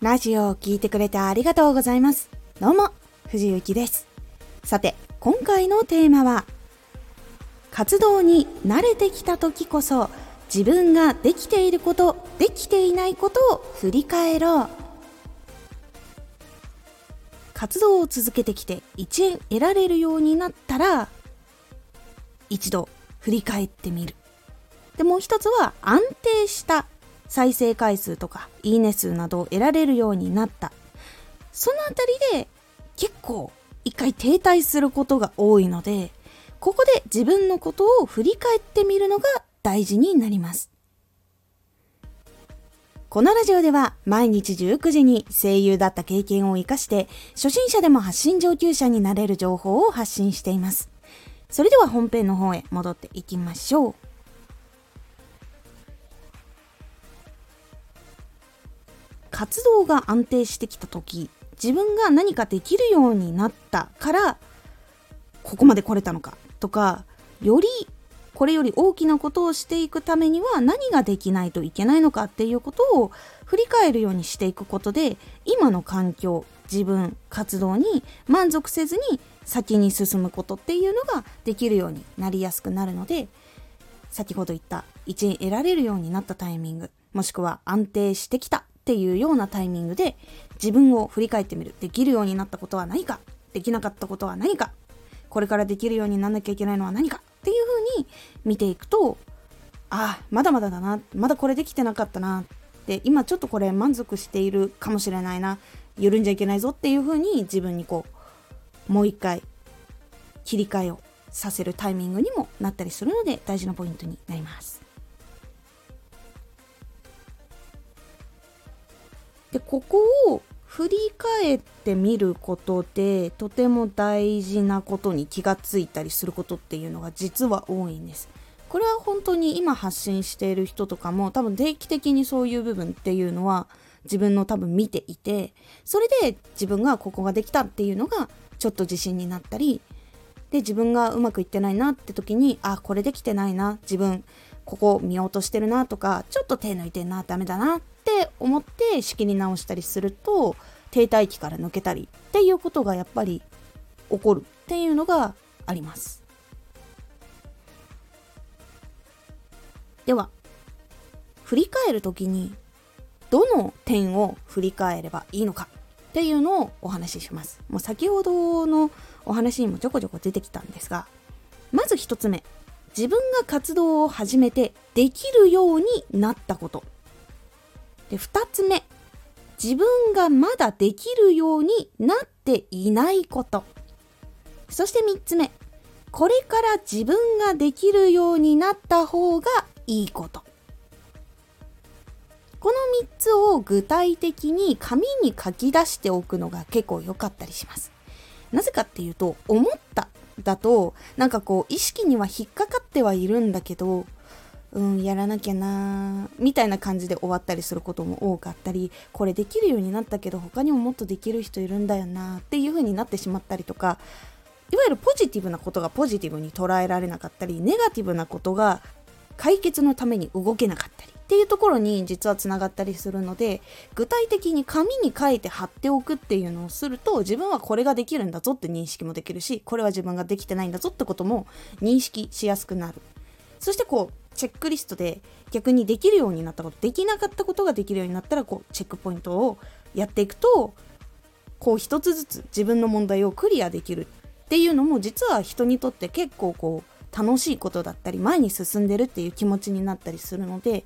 ラジオを聞いてくれてありがとうございます。どうも、藤幸です。さて、今回のテーマは、活動に慣れてきた時こそ、自分ができていること、できていないことを振り返ろう。活動を続けてきて1円得られるようになったら、一度振り返ってみる。で、もう一つは安定した再生回数とかいいね数などを得られるようになった。そのあたりで結構一回停滞することが多いので、ここで自分のことを振り返ってみるのが大事になります。このラジオでは毎日19時に声優だった経験を生かして初心者でも発信上級者になれる情報を発信しています。それでは本編の方へ戻っていきましょう。活動が安定してきた時、自分が何かできるようになったからここまで来れたのかとか、これより大きなことをしていくためには何ができないといけないのかっていうことを振り返るようにしていくことで、今の環境、自分、活動に満足せずに先に進むことっていうのができるようになりやすくなるので、先ほど言った1円得られるようになったタイミング、もしくは安定してきたっていうようなタイミングで自分を振り返ってみる。できるようになったことは何か、できなかったことは何か、これからできるようにならなきゃいけないのは何かっていう風に見ていくと、まだまだだな、まだこれできてなかったなって、今ちょっとこれ満足しているかもしれないな、緩んじゃいけないぞっていう風に自分にもう一回切り替えをさせるタイミングにもなったりするので、大事なポイントになります。で、ここを振り返ってみることでとても大事なことに気がついたりすることっていうのが実は多いんです。これは本当に今発信している人とかも多分定期的にそういう部分っていうのは自分の多分見ていて、それで自分がここができたっていうのがちょっと自信になったり、で自分がうまくいってないなって時に、これできてないな、自分ここ見落としてるなとか、ちょっと手抜いてんな、ダメだなって思って仕切り直したりすると、停滞期から抜けたりっていうことがやっぱり起こるっていうのがあります。では振り返るときにどの点を振り返ればいいのかっていうのをお話しします。もう先ほどのお話にもちょこちょこ出てきたんですが、まず一つ目、自分が活動を始めてできるようになったこと。で、二つ目、自分がまだできるようになっていないこと。そして三つ目、これから自分ができるようになった方がいいこと。この三つを具体的に紙に書き出しておくのが結構良かったりします。なぜかっていうと、思っただと意識には引っかかってはいるんだけど、やらなきゃなみたいな感じで終わったりすることも多かったり、これできるようになったけど他にももっとできる人いるんだよなっていう風になってしまったりとか、いわゆるポジティブなことがポジティブに捉えられなかったり、ネガティブなことが解決のために動けなかったりっていうところに実はつながったりするので、具体的に紙に書いて貼っておくっていうのをすると、自分はこれができるんだぞって認識もできるし、これは自分ができてないんだぞってことも認識しやすくなる。そしてチェックリストで逆にできるようになったこと、できなかったことができるようになったらチェックポイントをやっていくと、一つずつ自分の問題をクリアできるっていうのも実は人にとって結構楽しいことだったり、前に進んでるっていう気持ちになったりするので、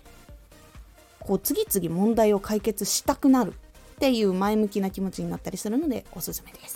次々問題を解決したくなるっていう前向きな気持ちになったりするのでおすすめです。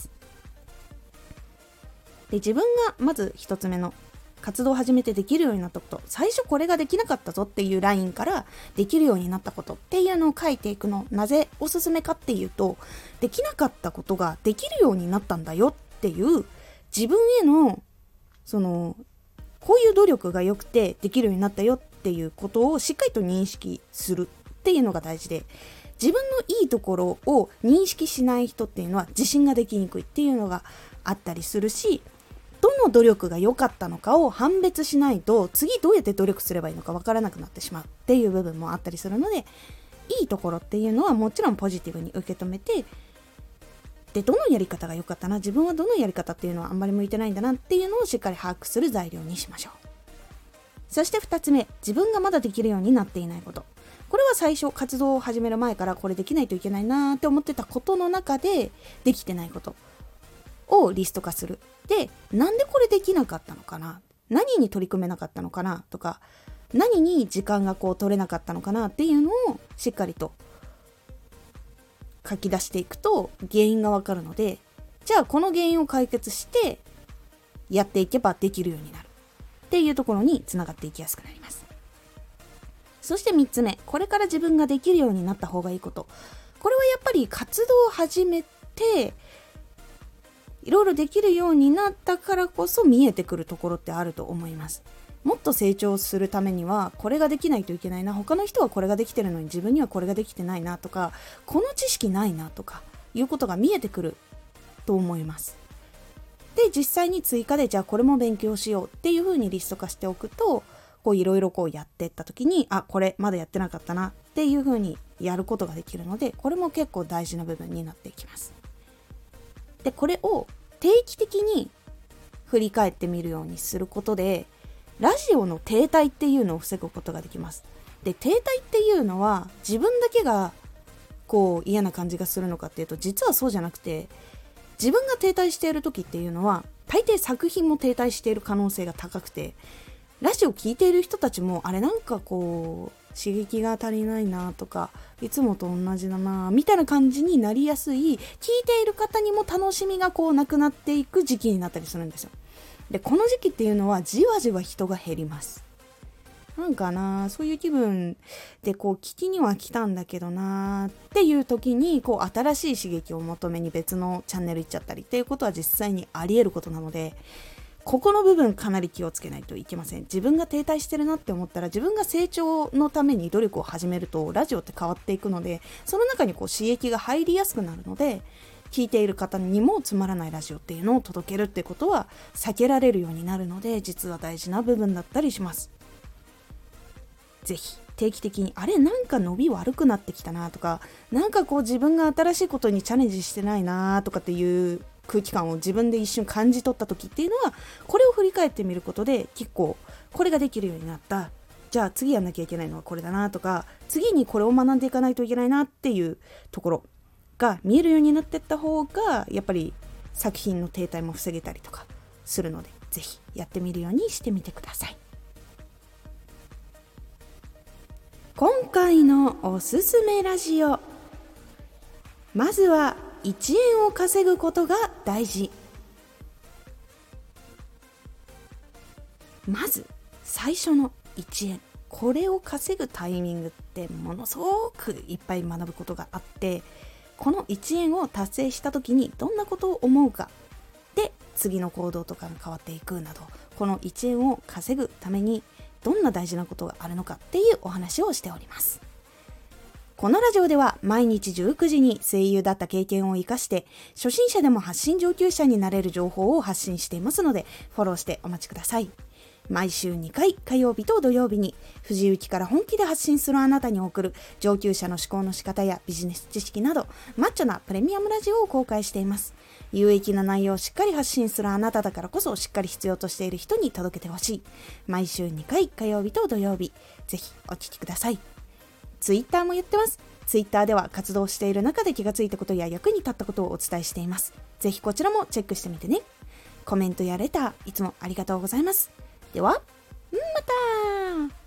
で、自分がまず一つ目の活動を始めてできるようになったこと、最初これができなかったぞっていうラインからできるようになったことっていうのを書いていくの、なぜおすすめかっていうと、できなかったことができるようになったんだよっていう自分へのこういう努力が良くてできるようになったよっていうことをしっかりと認識するっていうのが大事で、自分のいいところを認識しない人っていうのは自信ができにくいっていうのがあったりするし、どの努力が良かったのかを判別しないと次どうやって努力すればいいのか分からなくなってしまうっていう部分もあったりするので、 いいところっていうのはもちろんポジティブに受け止めて、でどのやり方が良かったな、自分はどのやり方っていうのはあんまり向いてないんだなっていうのをしっかり把握する材料にしましょう。そして2つ目、自分がまだできるようになっていないこと。これは最初活動を始める前からこれできないといけないなって思ってたことの中でできてないことをリスト化する。で、なんでこれできなかったのかな、何に取り組めなかったのかなとか、何に時間が取れなかったのかなっていうのをしっかりと書き出していくと原因がわかるので、じゃあこの原因を解決してやっていけばできるようになるっていうところにつながっていきやすくなります。そして3つ目、これから自分ができるようになった方がいいこと。これはやっぱり活動を始めていろいろできるようになったからこそ見えてくるところってあると思います。もっと成長するためにはこれができないといけないな、他の人はこれができてるのに自分にはこれができてないなとか、この知識ないなとかいうことが見えてくると思います。で、実際に追加でじゃあこれも勉強しようっていう風にリスト化しておくと、いろいろやっていった時に、あ、これまだやってなかったなっていう風にやることができるので、これも結構大事な部分になっていきます。で、これを定期的に振り返ってみるようにすることでラジオの停滞っていうのを防ぐことができます。で、停滞っていうのは自分だけが嫌な感じがするのかっていうと、実はそうじゃなくて、自分が停滞している時っていうのは大抵作品も停滞している可能性が高くて、ラジオを聞いている人たちもあれなんか刺激が足りないなとか、いつもと同じだなみたいな感じになりやすい、聞いている方にも楽しみがなくなっていく時期になったりするんですよ。で、この時期っていうのはじわじわ人が減ります。なんかな、そういう気分で聞きには来たんだけどなっていう時に新しい刺激を求めに別のチャンネル行っちゃったりっていうことは実際にあり得ることなので、ここの部分かなり気をつけないといけません。自分が停滞してるなって思ったら、自分が成長のために努力を始めるとラジオって変わっていくので、その中に刺激が入りやすくなるので、聞いている方にもつまらないラジオっていうのを届けるってことは避けられるようになるので、実は大事な部分だったりします。ぜひ定期的に、あれなんか伸び悪くなってきたなとか、なんか自分が新しいことにチャレンジしてないなとかっていう空気感を自分で一瞬感じ取った時っていうのは、これを振り返ってみることで結構これができるようになった、じゃあ次やんなきゃいけないのはこれだなとか、次にこれを学んでいかないといけないなっていうところが見えるようになっていった方が、やっぱり作品の停滞も防げたりとかするので、ぜひやってみるようにしてみてください。今回のおすすめラジオ、まずは1円を稼ぐことが大事。まず最初の1円、これを稼ぐタイミングってものすごくいっぱい学ぶことがあって、この1円を達成した時にどんなことを思うかで次の行動とかが変わっていくなど、この1円を稼ぐためにどんな大事なことがあるのかっていうお話をしております。このラジオでは毎日19時に声優だった経験を生かして初心者でも発信上級者になれる情報を発信していますので、フォローしてお待ちください。毎週2回、火曜日と土曜日に藤井由紀から本気で発信するあなたに送る上級者の思考の仕方やビジネス知識などマッチョなプレミアムラジオを公開しています。有益な内容をしっかり発信するあなただからこそ、しっかり必要としている人に届けてほしい。毎週2回、火曜日と土曜日、ぜひお聞きください。ツイッターもやってます。ツイッターでは活動している中で気がついたことや役に立ったことをお伝えしています。ぜひこちらもチェックしてみてね。コメントやレターいつもありがとうございます。ではまた。